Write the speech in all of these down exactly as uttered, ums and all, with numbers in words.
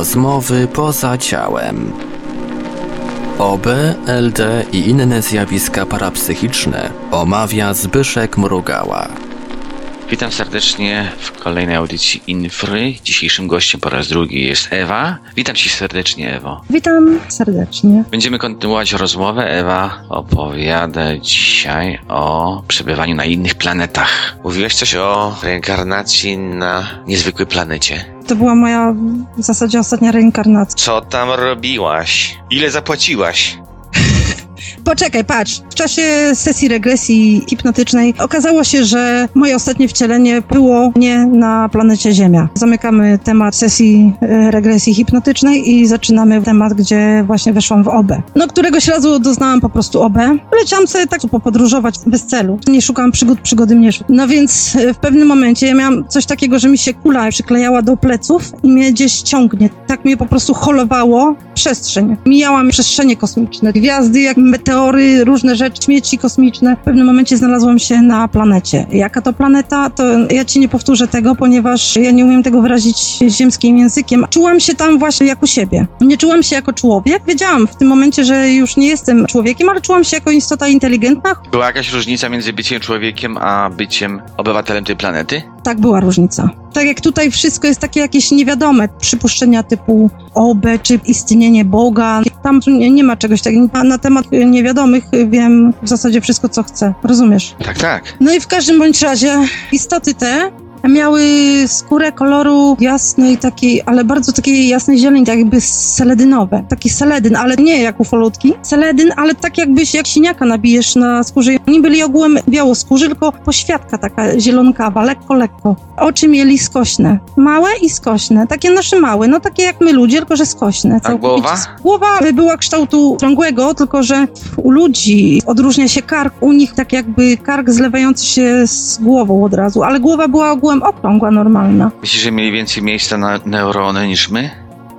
Rozmowy poza ciałem. O B, L D i inne zjawiska parapsychiczne omawia Zbyszek Mrugała. Witam serdecznie w kolejnej audycji Infry. Dzisiejszym gościem po raz drugi jest Ewa. Witam Cię serdecznie, Ewo. Witam serdecznie. Będziemy kontynuować rozmowę. Ewa opowiada dzisiaj o przebywaniu na innych planetach. Mówiłaś coś o reinkarnacji na niezwykłej planecie. To była moja w zasadzie ostatnia reinkarnacja. Co tam robiłaś? Ile zapłaciłaś? Poczekaj, patrz. W czasie sesji regresji hipnotycznej okazało się, że moje ostatnie wcielenie było nie na planecie Ziemia. Zamykamy temat sesji regresji hipnotycznej i zaczynamy temat, gdzie właśnie weszłam w O B. No, któregoś razu doznałam po prostu O B. Leciałam sobie tak popodróżować bez celu. Nie szukałam przygód, przygody mnie szukałam. No więc w pewnym momencie ja miałam coś takiego, że mi się kula przyklejała do pleców i mnie gdzieś ciągnie. Tak mnie po prostu holowało przestrzeń. Mijałam przestrzenie kosmiczne, gwiazdy jak meteory, różne rzeczy, śmieci kosmiczne. W pewnym momencie znalazłam się na planecie. Jaka to planeta, to ja ci nie powtórzę tego, ponieważ ja nie umiem tego wyrazić ziemskim językiem. Czułam się tam właśnie jak u siebie. Nie czułam się jako człowiek. Wiedziałam w tym momencie, że już nie jestem człowiekiem, ale czułam się jako istota inteligentna. Była jakaś różnica między byciem człowiekiem a byciem obywatelem tej planety? Tak, była różnica. Tak jak tutaj wszystko jest takie jakieś niewiadome. Przypuszczenia typu O B, czy istnienie Boga. Tam nie, nie ma czegoś takiego. A na temat niewiadomych wiem w zasadzie wszystko, co chcę. Rozumiesz? Tak, tak. No i w każdym bądź razie istoty te miały skórę koloru jasnej takiej, ale bardzo takiej jasnej zieleni, tak jakby seledynowe. Taki seledyn, ale nie jak ufolutki. Seledyn, ale tak jakbyś jak siniaka nabijesz na skórze. Oni byli ogółem białoskórzy, tylko poświatka taka zielonkawa, lekko, lekko. Oczy mieli skośne. Małe i skośne. Takie nasze małe, no takie jak my ludzie, tylko że skośne. A głowa? Głowa była kształtu okrągłego, tylko że u ludzi odróżnia się kark. U nich tak jakby kark zlewający się z głową od razu, ale głowa była ogółem okrągła, normalna. Myślisz, że mieli więcej miejsca na neurony niż my?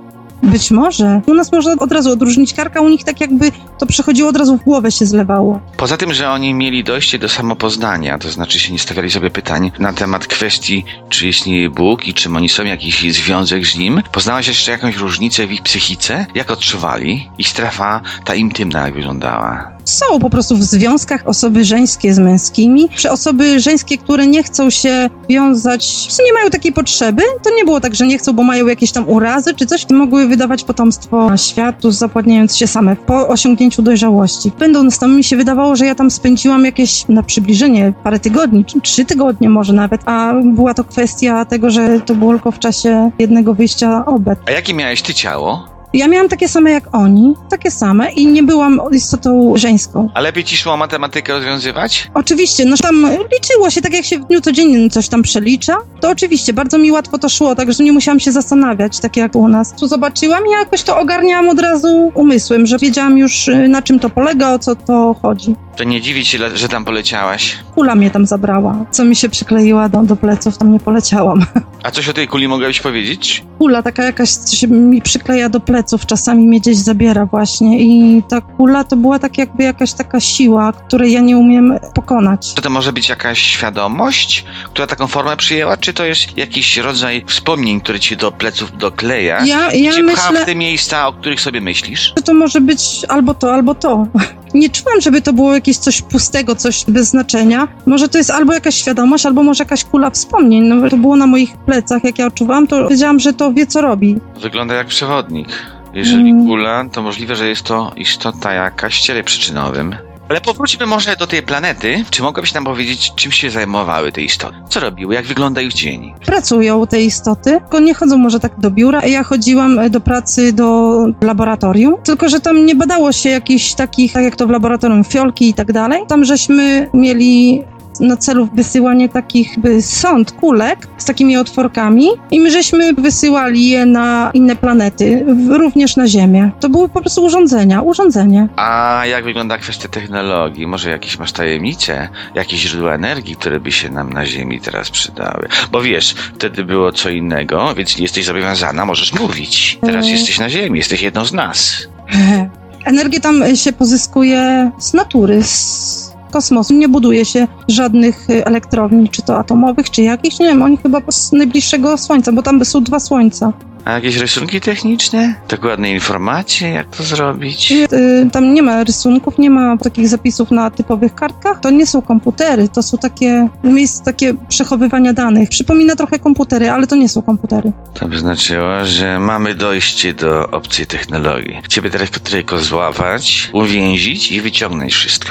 Być może. U nas można od razu odróżnić karka, u nich tak jakby to przechodziło od razu w głowę, się zlewało. Poza tym, że oni mieli dojście do samopoznania, to znaczy się nie stawiali sobie pytań na temat kwestii, czy istnieje Bóg i czym oni są, jakiś związek z Nim. Poznałaś jeszcze jakąś różnicę w ich psychice? Jak odczuwali? Ich strefa ta intymna jak wyglądała? Są po prostu w związkach osoby żeńskie z męskimi. Przy osoby żeńskie, które nie chcą się wiązać, nie mają takiej potrzeby, to nie było tak, że nie chcą, bo mają jakieś tam urazy czy coś, mogły wydawać potomstwo na światu, zapładniając się same po osiągnięciu dojrzałości. Będąc tam, mi się wydawało, że ja tam spędziłam jakieś na przybliżenie parę tygodni, czy trzy tygodnie może nawet, a była to kwestia tego, że to było tylko w czasie jednego wyjścia O B. A jakie miałeś ty ciało? Ja miałam takie same jak oni, takie same i nie byłam istotą żeńską. A lepiej ci szło matematykę rozwiązywać? Oczywiście, no tam liczyło się, tak jak się w dniu codziennym coś tam przelicza, to oczywiście bardzo mi łatwo to szło, także nie musiałam się zastanawiać, tak jak u nas. Tu zobaczyłam i jakoś to ogarniałam od razu umysłem, że wiedziałam już na czym to polega, o co to chodzi. To nie dziwi cię, że tam poleciałaś? Kula mnie tam zabrała, co mi się przykleiła do, do pleców, tam nie poleciałam. A coś o tej kuli mogłabyś powiedzieć? Kula taka jakaś, co się mi przykleja do pleców, czasami mnie gdzieś zabiera właśnie i ta kula to była tak jakby jakaś taka siła, której ja nie umiem pokonać. Czy to może być jakaś świadomość, która taką formę przyjęła, czy to jest jakiś rodzaj wspomnień, który ci do pleców dokleja ja, i ja cię pcha myślę, w te miejsca, o których sobie myślisz? że to może być albo to, albo to. Nie czułam, żeby to było jakieś coś pustego, coś bez znaczenia. Może to jest albo jakaś świadomość, albo może jakaś kula wspomnień. No, to było na moich plecach, jak ja odczuwałam, to wiedziałam, że to wie, co robi. Wygląda jak przewodnik. Jeżeli mm. kula, to możliwe, że jest to istota jakaś w ciele przyczynowym. Ale powróćmy może do tej planety. Czy mogłabyś nam powiedzieć, czym się zajmowały te istoty? Co robiły? Jak wygląda ich dzień? Pracują te istoty, tylko nie chodzą może tak do biura. Ja chodziłam do pracy do laboratorium, tylko że tam nie badało się jakichś takich, tak jak to w laboratorium, fiolki i tak dalej. Tam żeśmy mieli na celu wysyłanie takich by sond, kulek z takimi otworkami i my żeśmy wysyłali je na inne planety, również na Ziemię. To były po prostu urządzenia, urządzenie. A jak wygląda kwestia technologii? Może jakieś masz tajemnice? Jakieś źródła energii, które by się nam na Ziemi teraz przydały? Bo wiesz, wtedy było co innego, więc nie jesteś zobowiązana, możesz mówić. Teraz e... jesteś na Ziemi, jesteś jedną z nas. E... Energię tam się pozyskuje z natury, z kosmosu. Nie buduje się żadnych elektrowni, czy to atomowych, czy jakichś, nie wiem, oni chyba z najbliższego Słońca, bo tam są dwa Słońca. A jakieś rysunki techniczne? Dokładne informacje, jak to zrobić? Yy, tam nie ma rysunków, nie ma takich zapisów na typowych kartkach. To nie są komputery, to są takie miejsca takie przechowywania danych. Przypomina trochę komputery, ale to nie są komputery. To by znaczyło, że mamy dojście do obcej technologii. Ciebie teraz tylko złapać, uwięzić i wyciągnąć wszystko.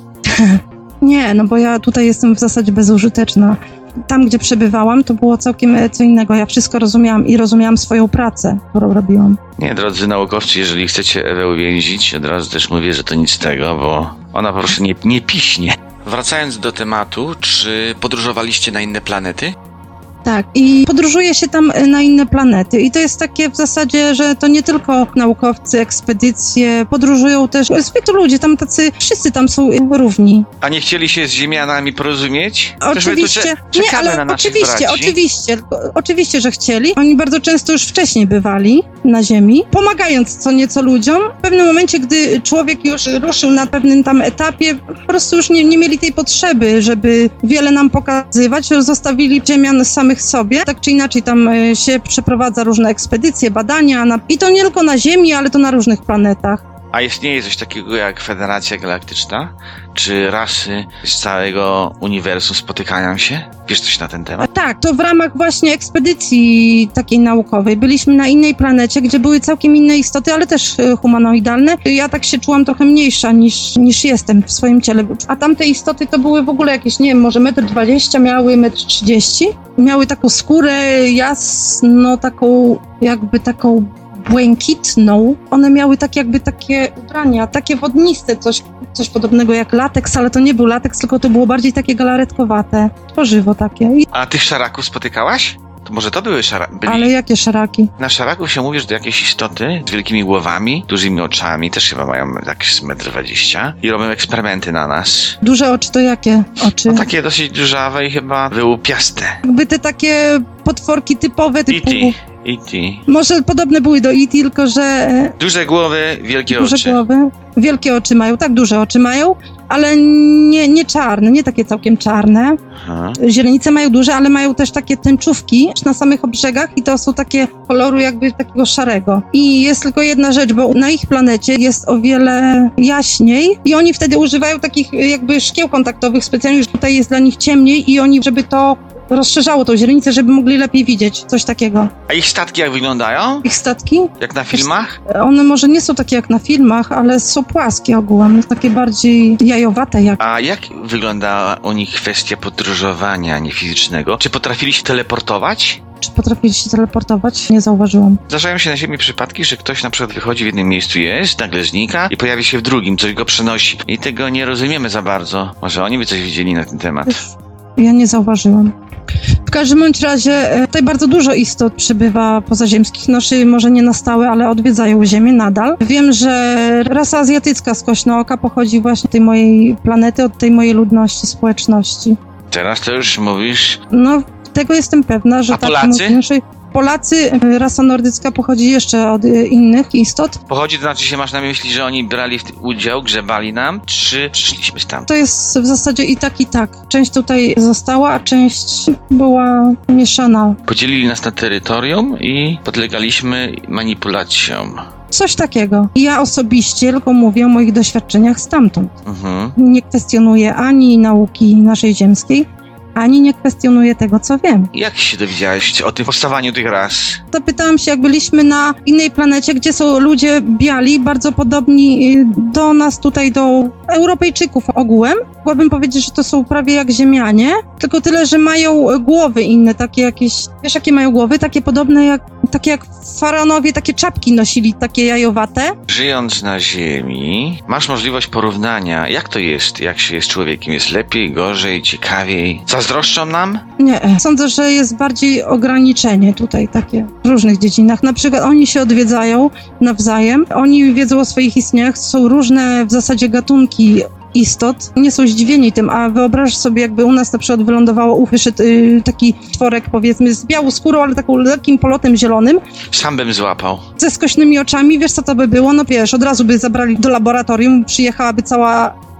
Nie, no bo ja tutaj jestem w zasadzie bezużyteczna. Tam, gdzie przebywałam, to było całkiem co innego. Ja wszystko rozumiałam i rozumiałam swoją pracę, którą robiłam. Nie, drodzy naukowcy, jeżeli chcecie Ewę uwięzić, od razu też mówię, że to nic z tego, bo ona po prostu nie, nie piśnie. Wracając do tematu, czy podróżowaliście na inne planety? Tak, i podróżuje się tam na inne planety i to jest takie w zasadzie, że to nie tylko naukowcy, ekspedycje, podróżują też zwykli ludzie, tam tacy, wszyscy tam są równi. A nie chcieli się z Ziemianami porozumieć? Oczywiście, Cze- nie, ale na oczywiście, braci. oczywiście, oczywiście, że chcieli. Oni bardzo często już wcześniej bywali na Ziemi, pomagając co nieco ludziom. W pewnym momencie, gdy człowiek już ruszył na pewnym tam etapie, po prostu już nie, nie mieli tej potrzeby, żeby wiele nam pokazywać, zostawili Ziemian samych sobie. Tak czy inaczej tam się przeprowadza różne ekspedycje, badania na, i to nie tylko na Ziemi, ale to na różnych planetach. A istnieje coś takiego jak Federacja Galaktyczna? Czy rasy z całego uniwersum spotykają się? Wiesz coś na ten temat? A tak, to w ramach właśnie ekspedycji takiej naukowej. Byliśmy na innej planecie, gdzie były całkiem inne istoty, ale też humanoidalne. Ja tak się czułam trochę mniejsza niż, niż jestem w swoim ciele. A tamte istoty to były w ogóle jakieś, nie wiem, może metr dwadzieścia, miały metr trzydzieści. Miały taką skórę jasno, taką jakby taką błękitną. One miały tak jakby takie ubrania, takie wodniste, coś, coś podobnego jak lateks, ale to nie był lateks, tylko to było bardziej takie galaretkowate, tworzywo takie. I... A tych szaraków spotykałaś? To może to były szaraki? Byli... Ale jakie szaraki? Na szaraków się mówi, że to jakieś istoty z wielkimi głowami, dużymi oczami, też chyba mają jakieś metr dwadzieścia i robią eksperymenty na nas. Duże oczy to jakie oczy? No takie dosyć dużawe i chyba wyłupiaste. Jakby te takie potworki typowe typu... E T E T Może podobne były do E T, tylko że... Duże głowy, wielkie duże oczy. Głowy, wielkie oczy mają, tak, duże oczy mają, ale nie, nie czarne, nie takie całkiem czarne. Aha. Źrenice mają duże, ale mają też takie tęczówki na samych obrzegach i to są takie koloru jakby takiego szarego. I jest tylko jedna rzecz, bo na ich planecie jest o wiele jaśniej i oni wtedy używają takich jakby szkieł kontaktowych specjalnie, że tutaj jest dla nich ciemniej i oni, żeby to rozszerzało tą źrenicę, żeby mogli lepiej widzieć, coś takiego. A ich statki jak wyglądają? Ich statki? Jak na filmach? One może nie są takie jak na filmach, ale są płaskie ogółem, takie bardziej jajowate jak. A jak wygląda u nich kwestia podróżowania niefizycznego? Czy potrafili się teleportować? Czy potrafili się teleportować? Nie zauważyłam. Zdarzają się na Ziemi przypadki, że ktoś na przykład wychodzi w jednym miejscu, jest, nagle znika i pojawi się w drugim, coś go przenosi. I tego nie rozumiemy za bardzo. Może oni by coś wiedzieli na ten temat. Ja nie zauważyłam. W każdym bądź razie tutaj bardzo dużo istot przybywa pozaziemskich, noszy może nie na stałe, ale odwiedzają Ziemię nadal. Wiem, że rasa azjatycka z Kośnooka pochodzi właśnie od tej mojej planety, od tej mojej ludności, społeczności. Teraz to już mówisz... No, tego jestem pewna, że A tak. Polacy? Naszej... Polacy, rasa nordycka pochodzi jeszcze od innych istot. Pochodzi, to znaczy się masz na myśli, że oni brali w tym udział, grzebali nam, czy przyszliśmy stamtąd? To jest w zasadzie i tak, i tak. Część tutaj została, a część była mieszana. Podzielili nas na terytorium i podlegaliśmy manipulacjom. Coś takiego. Ja osobiście tylko mówię o moich doświadczeniach stamtąd. Mhm. Nie kwestionuję ani nauki naszej ziemskiej, ani nie kwestionuję tego, co wiem. Jak się dowiedziałeś o tym powstawaniu tych ras? Zapytałam się, jak byliśmy na innej planecie, gdzie są ludzie biali, bardzo podobni do nas tutaj, do Europejczyków ogółem. Mogłabym powiedzieć, że to są prawie jak Ziemianie, tylko tyle, że mają głowy inne, takie jakieś, wiesz jakie mają głowy? Takie podobne jak, takie jak faraonowie, takie czapki nosili, takie jajowate. Żyjąc na Ziemi, masz możliwość porównania, jak to jest, jak się jest człowiekiem. Jest lepiej, gorzej, ciekawiej? Zazdroszczą nam? Nie, sądzę, że jest bardziej ograniczenie tutaj takie w różnych dziedzinach. Na przykład oni się odwiedzają nawzajem, oni wiedzą o swoich istnieniach, są różne w zasadzie gatunki istot, nie są zdziwieni tym, a wyobraź sobie, jakby u nas na przykład wylądowało, wyszedł yy, taki tworek, powiedzmy, z białą skórą, ale taką lekkim polotem zielonym. Sam bym złapał. Ze skośnymi oczami, wiesz co to by było? No wiesz, od razu by zabrali do laboratorium, przyjechałaby cała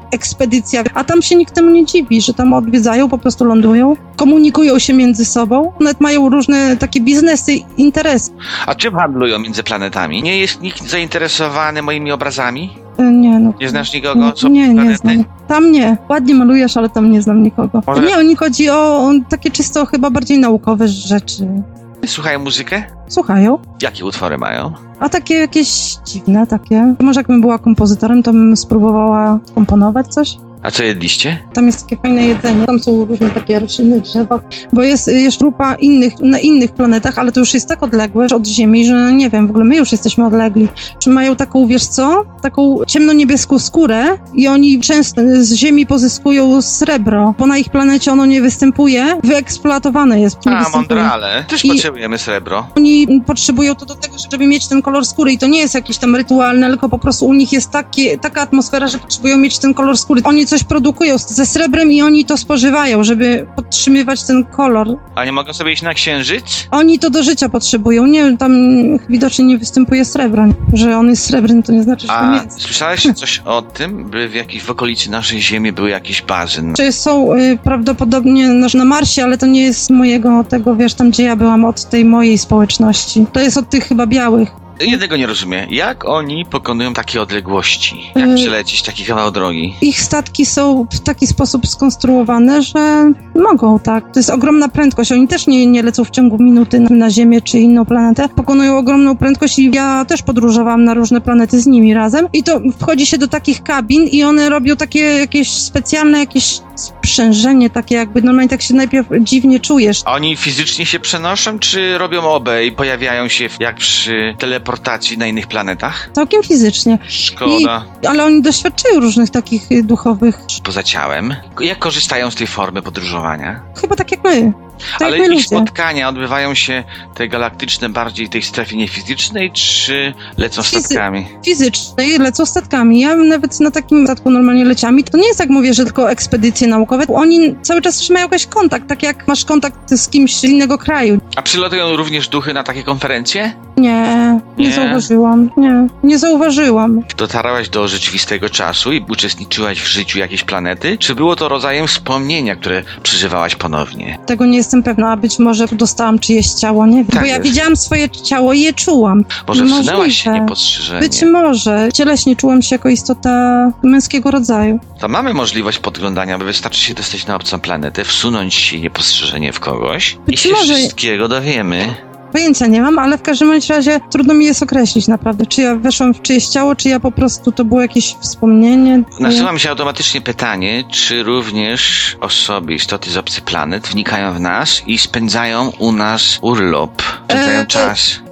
ekspedycja, a tam się nikt temu nie dziwi, że tam odwiedzają, po prostu lądują, komunikują się między sobą, nawet mają różne takie biznesy, interesy. A czym handlują między planetami? Nie jest nikt zainteresowany moimi obrazami? Nie, no. Nie znasz nikogo? Co Nie, nie planety? znam. Tam nie. Ładnie malujesz, ale tam nie znam nikogo. Może- Nie, o nich chodzi o, o takie czysto chyba bardziej naukowe rzeczy. Słuchają muzykę? Słuchają. Jakie utwory mają? A takie jakieś dziwne, takie. Może jakbym była kompozytorem, to bym spróbowała komponować coś. A co jedliście? Tam jest takie fajne jedzenie, tam są różne takie rośliny, drzewa, bo jest jeszcze grupa innych, na innych planetach, ale to już jest tak odległe od Ziemi, że nie wiem, w ogóle my już jesteśmy odlegli. Czy mają taką, wiesz co, taką ciemnoniebieską skórę i oni często z Ziemi pozyskują srebro, bo na ich planecie ono nie występuje, wyeksploatowane jest. Nie A, występuje. Mondrale. Też I- potrzebujemy srebro. Oni potrzebują to do tego, żeby mieć ten kolor skóry i to nie jest jakieś tam rytualne, tylko po prostu u nich jest takie, taka atmosfera, że potrzebują mieć ten kolor skóry. Oni coś produkują ze srebrem i oni to spożywają, żeby podtrzymywać ten kolor. A nie mogą sobie iść na księżyc? Oni to do życia potrzebują. Nie, tam widocznie nie występuje srebro. Że on jest srebrny, to nie znaczy, że tam A jest. słyszałeś coś o tym, by w jakiejś w okolicy naszej Ziemi były jakieś bazy? Czy są y, prawdopodobnie na, na Marsie, ale to nie jest mojego tego, wiesz, tam gdzie ja byłam, od tej mojej społeczności. To jest od tych chyba białych. Jednego nie rozumiem. Jak oni pokonują takie odległości? Jak Yy. przelecieć taki kawał drogi? Ich statki są w taki sposób skonstruowane, że mogą, tak. To jest ogromna prędkość. Oni też nie, nie lecą w ciągu minuty na, na Ziemię czy inną planetę. Pokonują ogromną prędkość i ja też podróżowałam na różne planety z nimi razem. I to wchodzi się do takich kabin i one robią takie jakieś specjalne jakieś sprzężenie, takie jakby normalnie tak się najpierw dziwnie czujesz. A oni fizycznie się przenoszą, czy robią obę i pojawiają się w- jak przy teleportacji na innych planetach? Całkiem fizycznie. Szkoda. Ale oni doświadczają różnych takich y, duchowych... Poza ciałem. Jak korzystają z tej formy podróżowania? Chyba tak jak my. Tak Ale jak my ich ludzie. spotkania odbywają się te galaktyczne bardziej w tej strefie niefizycznej, czy lecą Fizy- statkami? Fizycznej, lecą statkami. Ja nawet na takim statku normalnie leciałam. I to nie jest, jak mówię, że tylko ekspedycje naukowe. Oni cały czas trzymają jakiś kontakt, tak jak masz kontakt z kimś z innego kraju. A przylatują również duchy na takie konferencje? Nie, nie, Nie. zauważyłam. Nie, nie zauważyłam. Dotarłaś do rzeczywistego czasu i uczestniczyłaś w życiu jakiejś planety? Czy było to rodzajem wspomnienia, które przeżywałaś ponownie? Tego nie jestem pewna, a być może dostałam czyjeś ciało, nie wiem. Tak Bo ja jest. widziałam swoje ciało i je czułam. Może Możliwe. wsunęłaś się niepostrzeżenie? Być może. Cieleśnie czułam się jako istota męskiego rodzaju. To mamy możliwość podglądania, bo wystarczy się dostać na obcą planetę, wsunąć się niepostrzeżenie w kogoś i Być się może- wszystkiego dowiemy. Pojęcia nie mam, ale w każdym bądź razie trudno mi jest określić naprawdę, czy ja weszłam w czyjeś ciało, czy ja po prostu to było jakieś wspomnienie. Nasuwa mi się automatycznie pytanie, czy również osoby, istoty z obcych planet wnikają w nas i spędzają u nas urlop, spędzają E, czas.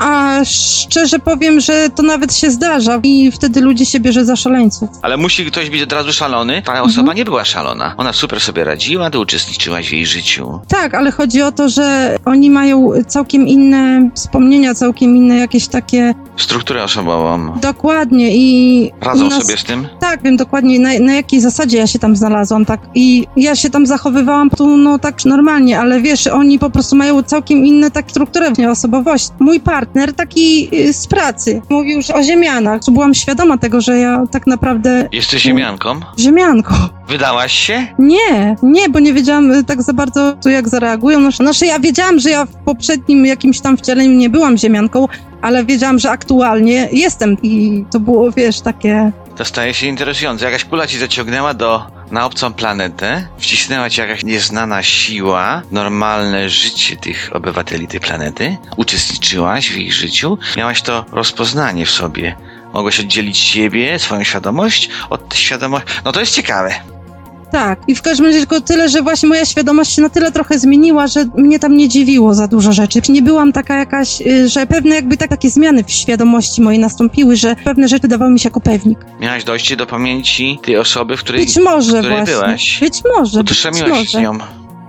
A szczerze powiem, że to nawet się zdarza i wtedy ludzi się bierze za szaleńców. Ale musi ktoś być od razu szalony? Ta osoba nie była szalona. Ona super sobie radziła, ty uczestniczyłaś w jej życiu. Tak, ale chodzi o to, że oni mają całkiem inne wspomnienia, całkiem inne jakieś takie... Strukturę osobową. Dokładnie i... Radzą u nas... sobie z tym? Tak, wiem dokładnie na, na jakiej zasadzie ja się tam znalazłam, tak. I ja się tam zachowywałam tu, no tak normalnie, ale wiesz, oni po prostu mają całkiem inne tak strukturę osobowości. Mój partner taki y, z pracy mówił, że o ziemianach. Byłam świadoma tego, że ja tak naprawdę... Jesteś ziemianką? Ziemianką. Wydałaś się? Nie, nie, bo nie wiedziałam y, tak za bardzo, to jak zareagują. No, znaczy ja wiedziałam, że ja w poprzednim jakimś tam wcieleniu nie byłam ziemianką, ale wiedziałam, że aktualnie jestem i to było, wiesz, takie... To staje się interesujące. Jakaś kula ci zaciągnęła do, na obcą planetę, wcisnęła ci jakaś nieznana siła, normalne życie tych obywateli tej planety, uczestniczyłaś w ich życiu, miałaś to rozpoznanie w sobie. Mogłeś oddzielić siebie, swoją świadomość od świadomości. No to jest ciekawe. Tak, i w każdym razie tylko tyle, że właśnie moja świadomość się na tyle trochę zmieniła, że mnie tam nie dziwiło za dużo rzeczy. Nie byłam taka jakaś, y, że pewne jakby tak, takie zmiany w świadomości mojej nastąpiły, że pewne rzeczy wydawały mi się jako pewnik. Miałaś dojście do pamięci tej osoby, w której, Być może w której właśnie. byłaś. Być może, być Utożsamiłaś się z może. nią.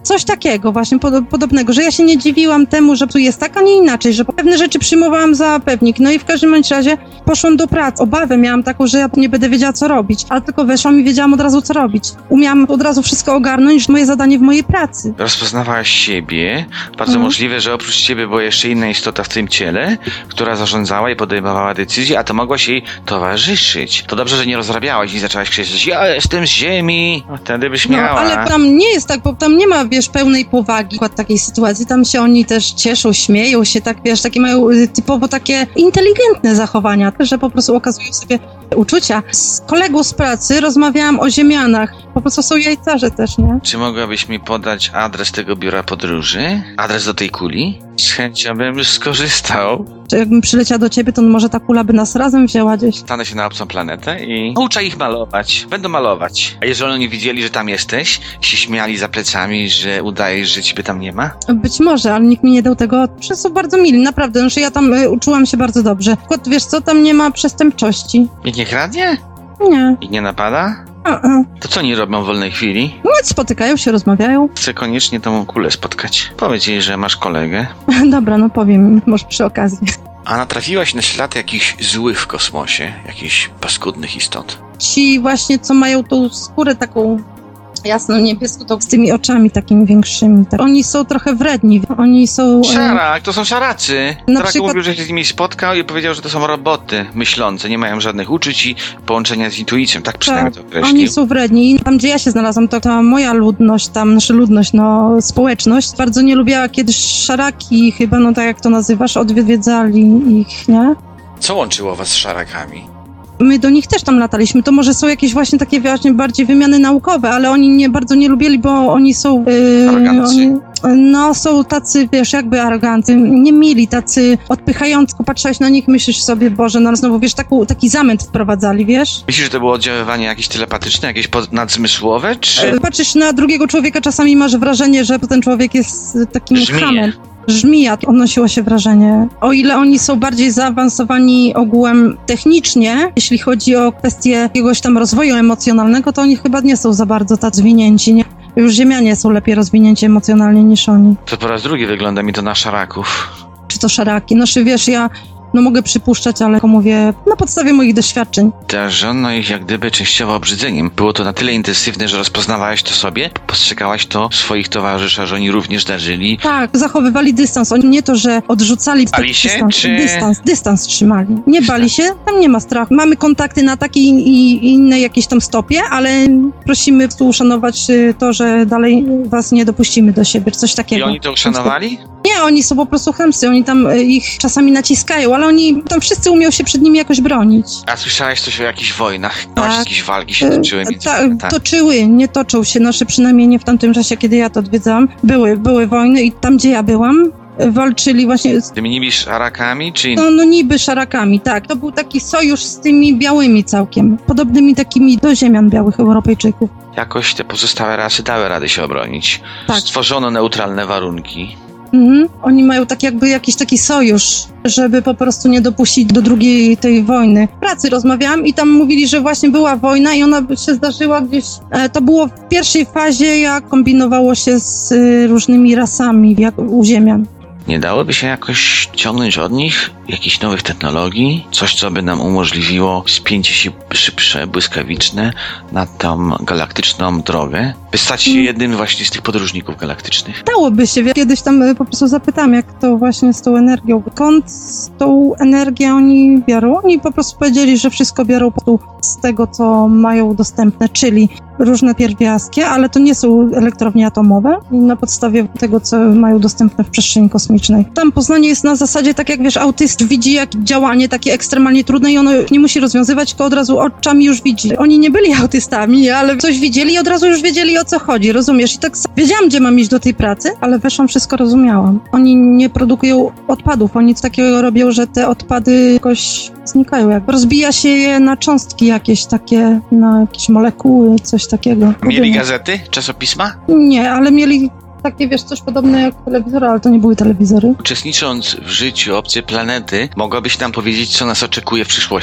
Coś takiego właśnie pod, podobnego, że ja się nie dziwiłam temu, że tu jest tak, a nie inaczej, że pewne rzeczy przyjmowałam za pewnik. No i w każdym bądź razie poszłam do pracy. Obawę miałam taką, że ja nie będę wiedziała, co robić, ale tylko weszłam i wiedziałam od razu, co robić. Umiałam od razu wszystko ogarnąć, moje zadanie w mojej pracy. Rozpoznawałaś siebie. Bardzo Mhm. możliwe, że oprócz ciebie była jeszcze inna istota w tym ciele, która zarządzała i podejmowała decyzje, a to mogłaś jej towarzyszyć. To dobrze, że nie rozrabiałaś i zaczęłaś krzyczeć: ja jestem z ziemi. No, wtedy byś No, miała. ale tam nie jest tak, bo tam nie ma, wiesz, pełnej powagi w takiej sytuacji. Tam się oni też cieszą, śmieją się, tak, wiesz, takie mają y, typowo takie inteligentne zachowania, że po prostu okazują sobie uczucia. Z kolegą z pracy rozmawiałam o ziemianach. Po prostu są jajcarze też, nie? Czy mogłabyś mi podać adres tego biura podróży? Adres do tej kuli? Z chęcią bym skorzystał. Czy jakbym przyleciała do ciebie, to może ta kula by nas razem wzięła gdzieś. Stanę się na obcą planetę i uczę ich malować. Będą malować. A jeżeli oni widzieli, że tam jesteś, się śmiali za plecami, że udajesz, że ciebie tam nie ma? Być może, ale nikt mi nie dał tego. Wszyscy są bardzo mili, naprawdę. Znaczy ja tam y, uczyłam się bardzo dobrze. Tylko wiesz co, tam nie ma przestępczości. Nikt nie kradnie? Nie. Nikt nie napada? A-a. To co oni robią w wolnej chwili? No, spotykają się, rozmawiają. Chcę koniecznie tą kulę spotkać. Powiedz jej, że masz kolegę. Dobra, no powiem, może przy okazji. A natrafiłaś na ślad jakichś złych w kosmosie? Jakichś paskudnych istot? Ci właśnie, co mają tą skórę taką jasno niebieską, to z tymi oczami takimi większymi. Tak. Oni są trochę wredni. Oni są... e, Szarak, to są szaracy. Na Tarak przykład- mówił, że się z nimi spotkał i powiedział, że to są roboty myślące, nie mają żadnych uczuć i połączenia z intuicją. Tak przynajmniej to określił. Oni są wredni. I tam, gdzie ja się znalazłam, to ta moja ludność, tam, nasza ludność, no, społeczność, bardzo nie lubiła, kiedy szaraki, chyba, no tak jak to nazywasz, odwiedzali ich, nie? Co łączyło was z szarakami? My do nich też tam lataliśmy. To może są jakieś właśnie takie właśnie bardziej wymiany naukowe, ale oni nie bardzo nie lubili, bo oni są... Yy, Aroganccy. oni, no, są tacy, wiesz, jakby arogancy, nie mili, tacy odpychający. Patrzyłeś na nich, myślisz sobie, Boże, no znowu, wiesz, taką, taki zamęt wprowadzali, wiesz? Myślisz, że to było oddziaływanie jakieś telepatyczne, jakieś pod- nadzmysłowe, czy... E, Patrzysz na drugiego człowieka, czasami masz wrażenie, że ten człowiek jest takim Żmije. chamem. Żmija, odnosiło się wrażenie. O ile oni są bardziej zaawansowani ogółem technicznie, jeśli chodzi o kwestię jakiegoś tam rozwoju emocjonalnego, to oni chyba nie są za bardzo tak zwinięci, nie? Już ziemianie są lepiej rozwinięci emocjonalnie niż oni. To po raz drugi wygląda mi to na szaraków. Czy to szaraki? No, czy wiesz, ja no mogę przypuszczać, ale mówię na podstawie moich doświadczeń. Darzono ich jak gdyby częściowo obrzydzeniem. Było to na tyle intensywne, że rozpoznawałaś to sobie, postrzegałaś to swoich towarzyszy, że oni również darzyli. Tak, zachowywali dystans. Oni nie to, że odrzucali Bali się, dystans, czy- dystans, dystans trzymali. Nie bali się, tam nie ma strachu. Mamy kontakty na takiej i innej jakiejś tam stopie, ale prosimy tu uszanować y, to, że dalej was nie dopuścimy do siebie, coś takiego. I oni to uszanowali? Nie, oni są po prostu chamscy, oni tam y, ich czasami naciskają, ale oni tam wszyscy umią się przed nimi jakoś bronić. A słyszałaś coś o jakichś wojnach? No, Tak. jakieś walki się E, toczyły między Ta, planetami. toczyły, nie toczą się, nasze przynajmniej nie w tamtym czasie, kiedy ja to odwiedzałam. Były, były wojny i tam, gdzie ja byłam, e, walczyli właśnie z, Tymi nimi szarakami, czy no, no niby szarakami, tak. To był taki sojusz z tymi białymi całkiem, podobnymi takimi do ziemian białych Europejczyków. jakoś te pozostałe rasy dały radę się obronić? Tak. Stworzono neutralne warunki. Mhm. Oni mają tak jakby jakiś taki sojusz, żeby po prostu nie dopuścić do drugiej tej wojny. W pracy rozmawiałam i tam mówili, że właśnie była wojna i ona się zdarzyła gdzieś, e, to było w pierwszej fazie, jak kombinowało się z y, różnymi rasami, jak u ziemian. Nie dałoby się jakoś ciągnąć od nich jakichś nowych technologii? Coś, co by nam umożliwiło spięcie się szybsze, błyskawiczne na tą galaktyczną drogę? By stać się Mm. jednym właśnie z tych podróżników galaktycznych. Dałoby się, wie- kiedyś tam y, po prostu zapytam, jak to właśnie z tą energią, skąd tą energię oni biorą? Oni po prostu powiedzieli, że wszystko biorą po prostu z tego, co mają dostępne, czyli różne pierwiastki, ale to nie są elektrownie atomowe i na podstawie tego, co mają dostępne w przestrzeni kosmicznej. Tam poznanie jest na zasadzie tak jak wiesz, autyst widzi jak działanie takie ekstremalnie trudne i ono nie musi rozwiązywać, tylko od razu oczami już widzi. Oni nie byli autystami, ale coś widzieli i od razu już wiedzieli, o co chodzi, rozumiesz? I tak sam wiedziałam, gdzie mam iść do tej pracy, ale weszłam, wszystko rozumiałam. Oni nie produkują odpadów, oni takiego robią, że te odpady jakoś znikają, jak rozbija się je na cząstki jakieś takie, na jakieś molekuły, coś takiego. Mieli gazety? Czasopisma? Nie, ale mieli takie, wiesz, coś podobne jak telewizory, ale to nie były telewizory. Uczestnicząc w życiu obcej planety, mogłabyś nam powiedzieć, co nas oczekuje w przyszłości?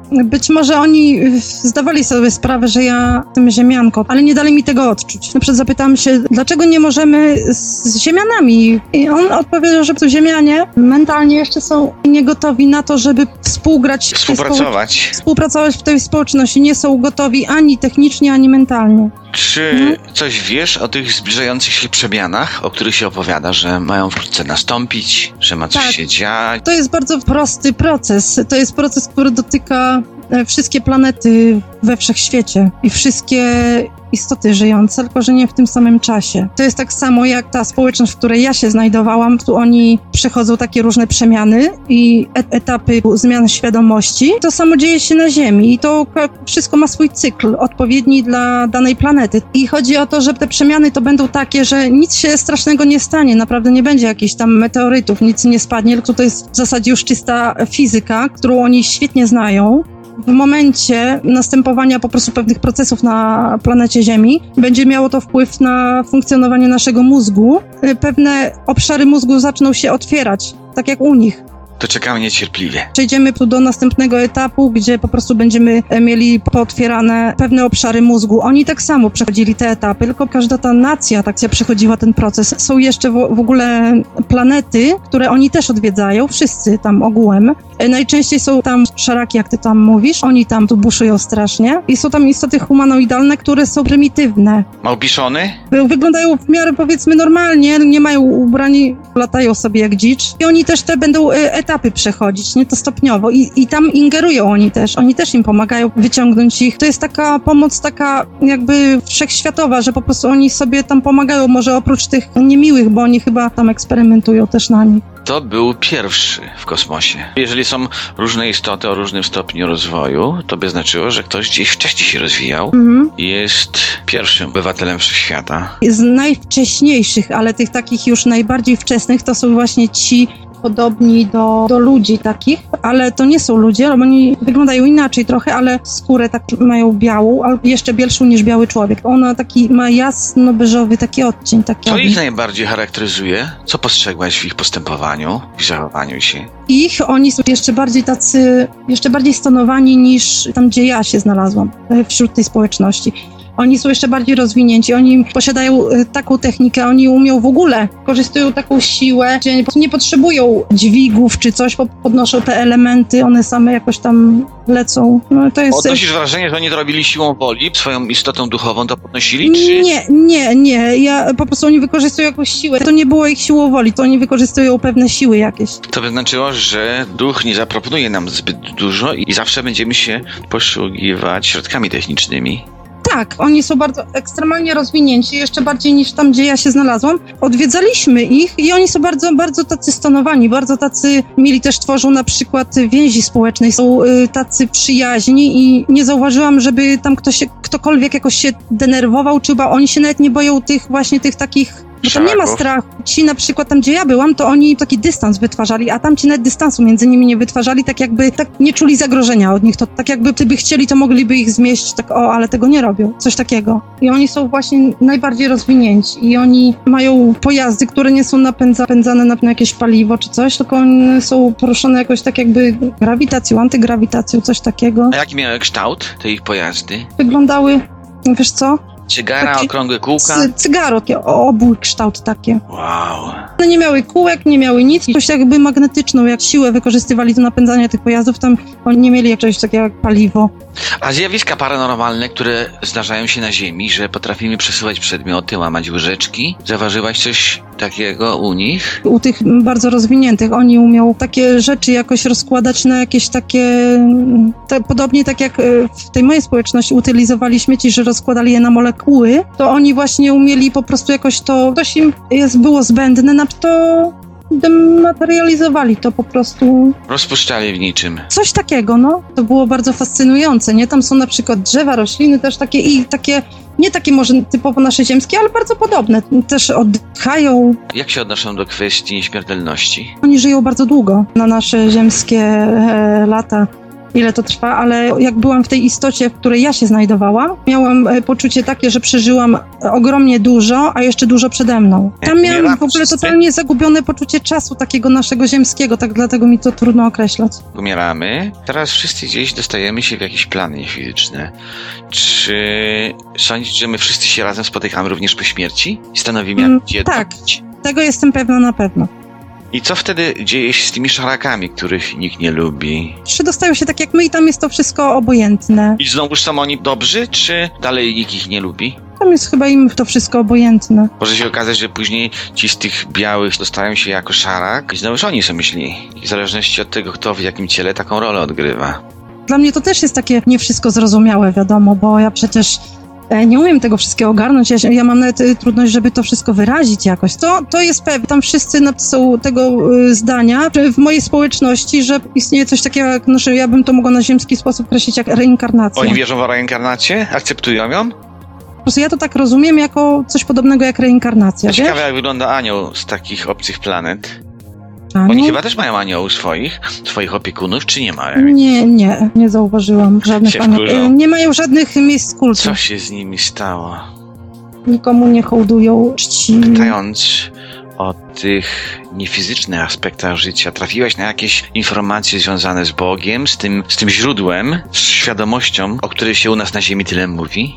być może oni zdawali sobie sprawę, że ja jestem ziemianką, ale nie dali mi tego odczuć. Na przykład zapytałam się, dlaczego nie możemy z ziemianami? I on odpowiedział, że ziemianie mentalnie jeszcze są niegotowi na to, żeby współgrać. Współpracować. Społecz- współpracować w tej społeczności. Nie są gotowi ani technicznie, ani mentalnie. Czy Mhm. coś wiesz o tych zbliżających się przemianach, o których się opowiada, że mają wkrótce nastąpić, że ma coś Tak. się dziać? To jest bardzo prosty proces. To jest proces, który dotyka e, wszystkie planety we wszechświecie i wszystkie istoty żyjące, tylko że nie w tym samym czasie. To jest tak samo jak ta społeczność, w której ja się znajdowałam. Tu oni przechodzą takie różne przemiany i et- etapy zmian świadomości. To samo dzieje się na Ziemi i to ka- wszystko ma swój cykl odpowiedni dla danej planety. I chodzi o to, że te przemiany to będą takie, że nic się strasznego nie stanie. Naprawdę nie będzie jakichś tam meteorytów, nic nie spadnie, tylko to jest w zasadzie już czysta fizyka, którą oni świetnie znają. W momencie następowania po prostu pewnych procesów na planecie Ziemi będzie miało to wpływ na funkcjonowanie naszego mózgu. Pewne obszary mózgu zaczną się otwierać, tak jak u nich. To czekamy niecierpliwie. Przejdziemy tu do następnego etapu, gdzie po prostu będziemy mieli pootwierane pewne obszary mózgu. Oni tak samo przechodzili te etapy, tylko każda ta nacja tak się przechodziła ten proces. Są jeszcze w, w ogóle planety, które oni też odwiedzają, wszyscy tam ogółem. Najczęściej są tam szaraki, jak ty tam mówisz, oni tam tu buszują strasznie i są tam istoty humanoidalne, które są prymitywne. Małpiszony? Wyglądają w miarę powiedzmy normalnie, nie mają ubrani, latają sobie jak dzicz i oni też te będą e, etapy przechodzić, nie to stopniowo I, i tam ingerują oni też, oni też im pomagają wyciągnąć ich. To jest taka pomoc taka jakby wszechświatowa, że po prostu oni sobie tam pomagają, może oprócz tych niemiłych, bo oni chyba tam eksperymentują też na nich. To był pierwszy w kosmosie. Jeżeli są różne istoty o różnym stopniu rozwoju, to by znaczyło, że ktoś gdzieś wcześniej się rozwijał Mhm. i jest pierwszym obywatelem wszechświata. Z najwcześniejszych, ale tych takich już najbardziej wczesnych, to są właśnie ci podobni do, do ludzi takich, ale to nie są ludzie, bo oni wyglądają inaczej trochę, ale skórę tak mają białą, albo jeszcze bielszą niż biały człowiek. Ona taki ma jasno-beżowy taki odcień. Taki Co ich najbardziej charakteryzuje? Co postrzegłaś w ich postępowaniu, w zachowaniu się? Ich, oni są jeszcze bardziej tacy, jeszcze bardziej stonowani niż tam, gdzie ja się znalazłam, wśród tej społeczności. Oni są jeszcze bardziej rozwinięci, oni posiadają y, taką technikę, oni umią w ogóle, korzystają taką siłę, że nie, nie potrzebują dźwigów czy coś, bo podnoszą te elementy, one same jakoś tam lecą. No, to jest... Odnosisz wrażenie, że oni to robili siłą woli, swoją istotą duchową to podnosili, czy... Nie, nie, nie, ja po prostu oni wykorzystują jakąś siłę. To nie było ich siłą woli, to oni wykorzystują pewne siły jakieś. To by znaczyło, że duch nie zaproponuje nam zbyt dużo i zawsze będziemy się posługiwać środkami technicznymi. Tak, oni są bardzo ekstremalnie rozwinięci, jeszcze bardziej niż tam, gdzie ja się znalazłam. Odwiedzaliśmy ich i oni są bardzo, bardzo tacy stonowani, bardzo tacy mili, też tworzą na przykład więzi społecznej, są y, tacy przyjaźni i nie zauważyłam, żeby tam ktoś, ktokolwiek jakoś się denerwował, czy chyba oni się nawet nie boją tych właśnie tych takich. Bo tam nie ma strachu. Ci na przykład tam, gdzie ja byłam, to oni taki dystans wytwarzali, a tam ci nawet dystansu między nimi nie wytwarzali, tak jakby tak nie czuli zagrożenia od nich. To tak jakby gdyby chcieli, to mogliby ich zmieścić, tak o, ale tego nie robią. Coś takiego. I oni są właśnie najbardziej rozwinięci i oni mają pojazdy, które nie są napędza, napędzane na jakieś paliwo czy coś, tylko one są poruszone jakoś tak jakby grawitacją, antygrawitacją, coś takiego. A jaki miały kształt te ich pojazdy? Wyglądały, wiesz co? Cygara, Takie okrągłe kółka? Cy- cygaro, takie obój kształt takie. Wow. One nie miały kółek, nie miały nic. Coś jakby magnetyczną, jak siłę wykorzystywali do napędzania tych pojazdów, tam oni nie mieli czegoś takiego jak paliwo. A zjawiska paranormalne, które zdarzają się na Ziemi, że potrafimy przesuwać przedmioty, łamać łyżeczki, zauważyłaś coś takiego u nich? U tych bardzo rozwiniętych oni umią takie rzeczy jakoś rozkładać na jakieś takie... Te, podobnie tak jak w tej mojej społeczności utylizowali śmieci, że rozkładali je na molekuły, to oni właśnie umieli po prostu jakoś to... Coś im jest, było zbędne, na to... dematerializowali to po prostu. Rozpuszczali w niczym. Coś takiego, no. To było bardzo fascynujące, nie? Tam są na przykład drzewa, rośliny też takie i takie, nie takie może typowo nasze ziemskie, ale bardzo podobne. Też oddychają. Jak się odnoszą do kwestii nieśmiertelności? Oni żyją bardzo długo na nasze ziemskie e, lata. ile to trwa, ale jak byłam w tej istocie, w której ja się znajdowałam, miałam e, poczucie takie, że przeżyłam ogromnie dużo, a jeszcze dużo przede mną. Tam miałam w ogóle wszyscy? totalnie zagubione poczucie czasu takiego naszego ziemskiego, tak dlatego mi to trudno określać. Umieramy, teraz wszyscy gdzieś dostajemy się w jakieś plany fizyczne. Czy sądzisz, że my wszyscy się razem spotykamy również po śmierci i stanowimy Mm, jak jedno? tak. Tego jestem pewna na pewno. I co wtedy dzieje się z tymi szarakami, których nikt nie lubi? Przydostają się tak jak my i tam jest to wszystko obojętne. I znowuż są oni dobrzy, czy dalej nikt ich nie lubi? Tam jest chyba im to wszystko obojętne. Może się okazać, że później ci z tych białych dostają się jako szarak i znowuż oni są myśli. W zależności od tego, kto w jakim ciele taką rolę odgrywa. Dla mnie to też jest takie nie wszystko zrozumiałe, wiadomo, bo ja przecież e, nie umiem tego wszystkiego ogarnąć. Ja, ja mam nawet e, trudność, żeby to wszystko wyrazić jakoś. To, to jest pewne. Tam wszyscy są tego e, zdania, że w mojej społeczności, że istnieje coś takiego jak, no, że ja bym to mogła na ziemski sposób określić jak reinkarnacja. Oni wierzą w reinkarnację? Akceptują ją? Po prostu ja to tak rozumiem jako coś podobnego jak reinkarnacja, wiesz? Ciekawe, jak wygląda anioł z takich obcych planet. Anioł? Oni chyba też mają aniołów swoich, swoich opiekunów, czy nie mają? Nie, nie, nie zauważyłam żadnych Się aniołów. wkurzą. Nie mają żadnych miejsc kultu. Co się z nimi stało? Nikomu nie hołdują czci. Pytając o tych niefizycznych aspektach życia, trafiłaś na jakieś informacje związane z Bogiem, z tym, z tym źródłem, z świadomością, o której się u nas na Ziemi tyle mówi?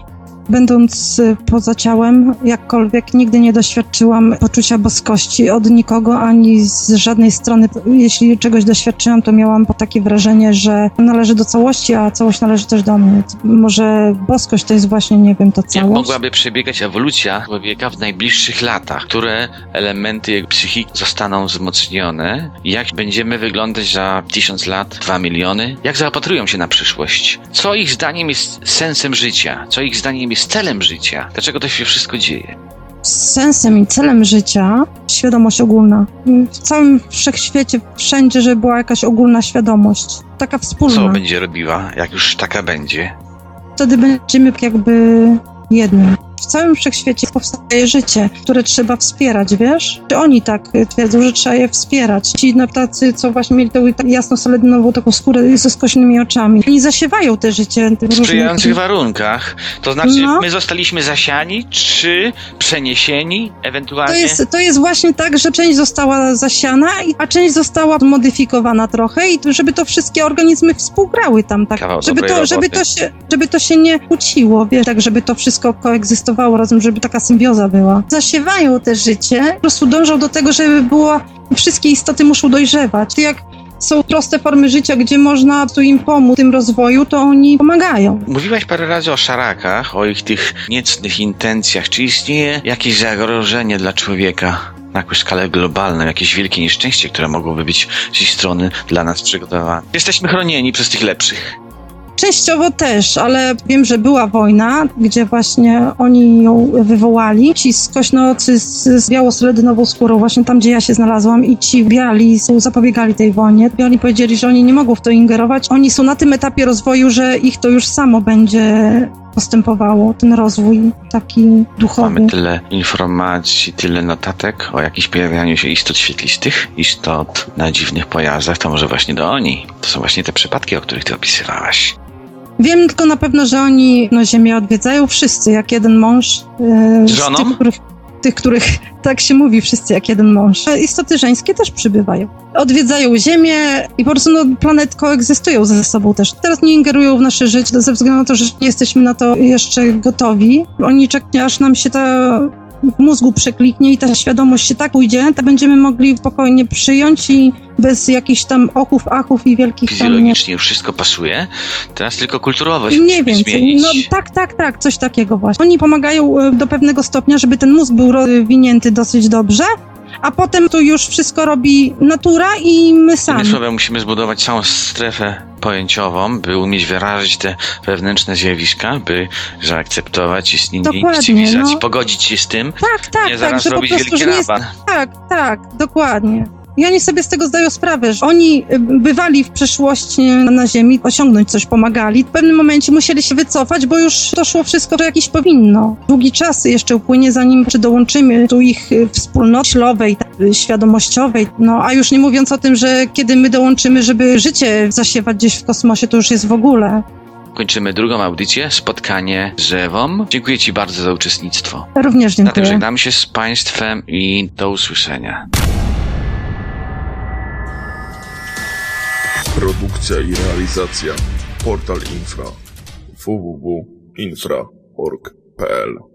Będąc y, poza ciałem, jakkolwiek nigdy nie doświadczyłam poczucia boskości od nikogo, ani z żadnej strony. Jeśli czegoś doświadczyłam, to miałam takie wrażenie, że należy do całości, a całość należy też do mnie. Może boskość to jest właśnie, nie wiem, to Jak całość. mogłaby przebiegać ewolucja człowieka w najbliższych latach? Które elementy jego psychiki zostaną wzmocnione? Jak będziemy wyglądać za tysiąc lat, dwa miliony? Jak zaopatrują się na przyszłość? Co ich zdaniem jest sensem życia? Co ich zdaniem jest celem życia? Dlaczego to się wszystko dzieje? Sensem i celem życia świadomość ogólna. W całym wszechświecie, wszędzie, żeby była jakaś ogólna świadomość. Taka wspólna. Co będzie robiła, jak już taka będzie? Wtedy będziemy jakby jednym. W całym wszechświecie powstaje życie, które trzeba wspierać, wiesz? Czy oni tak twierdzą, że trzeba je wspierać? Ci no, tacy, co właśnie mieli tą tak jasno-seledynową taką skórę ze skośnymi oczami. Oni zasiewają te życie. W sprzyjających warunkach. To znaczy, No. my zostaliśmy zasiani, czy przeniesieni, ewentualnie? To jest, to jest właśnie tak, że część została zasiana, a część została modyfikowana trochę i to, żeby to wszystkie organizmy współgrały tam tak. Kawał Żeby dobrej to, żeby, roboty. to się, żeby to się nie kłóciło, wiesz, tak, żeby to wszystko koegzystowało razem, żeby taka symbioza była. Zasiewają te życie, po prostu dążą do tego, żeby było, wszystkie istoty muszą dojrzewać. Jak są proste formy życia, gdzie można tu im pomóc w tym rozwoju, to oni pomagają. Mówiłaś parę razy o szarakach, o ich tych niecnych intencjach. Czy istnieje jakieś zagrożenie dla człowieka na jakąś skalę globalną, jakieś wielkie nieszczęście, które mogłoby być z ich strony dla nas przygotowane? Jesteśmy chronieni przez tych lepszych. Częściowo też, ale wiem, że była wojna, gdzie właśnie oni ją wywołali. Ci skośnoocy z, z biało-seledynową skórą, właśnie tam, gdzie ja się znalazłam, i ci biali są, zapobiegali tej wojnie. Biali powiedzieli, że oni nie mogą w to ingerować. Oni są na tym etapie rozwoju, że ich to już samo będzie postępowało, ten rozwój taki duchowy. Mamy tyle informacji, tyle notatek o jakimś pojawianiu się istot świetlistych, istot na dziwnych pojazdach, to może właśnie do oni. To są właśnie te przypadki, o których ty opisywałaś. Wiem tylko na pewno, że oni no, Ziemię odwiedzają wszyscy, jak jeden mąż. Yy, Z żoną? Tych, których, tych, których tak się mówi, wszyscy jak jeden mąż. Istoty żeńskie też przybywają. Odwiedzają Ziemię i po prostu no, planety koegzystują ze sobą też. Teraz nie ingerują w nasze życie ze względu na to, że nie jesteśmy na to jeszcze gotowi. Oni czekają, aż nam się ta w mózgu przekliknie i ta świadomość się tak pójdzie, to będziemy mogli spokojnie przyjąć i bez jakichś tam ochów, achów i wielkich tam... Fizjologicznie już wszystko pasuje, teraz tylko kulturowo się Nie musimy więcej. zmienić. No tak, tak, tak, coś takiego właśnie. Oni pomagają e, do pewnego stopnia, żeby ten mózg był rozwinięty dosyć dobrze, a potem tu już wszystko robi natura i my sami. Innymi słowy, musimy zbudować całą strefę pojęciową, by umieć wyrazić te wewnętrzne zjawiska, by zaakceptować istnienie Dokładnie, cywilizacji, no. pogodzić się z tym, Tak, tak, nie tak, zaraz że po robić prostu wielki że nie jest... raban. Tak, tak, dokładnie. I oni sobie z tego zdają sprawę, że oni bywali w przeszłości na Ziemi, osiągnąć coś pomagali. W pewnym momencie musieli się wycofać, bo już to szło wszystko, że jakieś powinno. Długi czas jeszcze upłynie, zanim czy dołączymy do ich wspólnoty myślowej, świadomościowej. No, a już nie mówiąc o tym, że kiedy my dołączymy, żeby życie zasiewać gdzieś w kosmosie, to już jest w ogóle. Kończymy drugą audycję, spotkanie z Ewą. Dziękuję Ci bardzo za uczestnictwo. Również dziękuję. Na tym żegnamy się z Państwem i do usłyszenia. Produkcja i realizacja Portal Infra w w w kropka infra kropka org kropka p l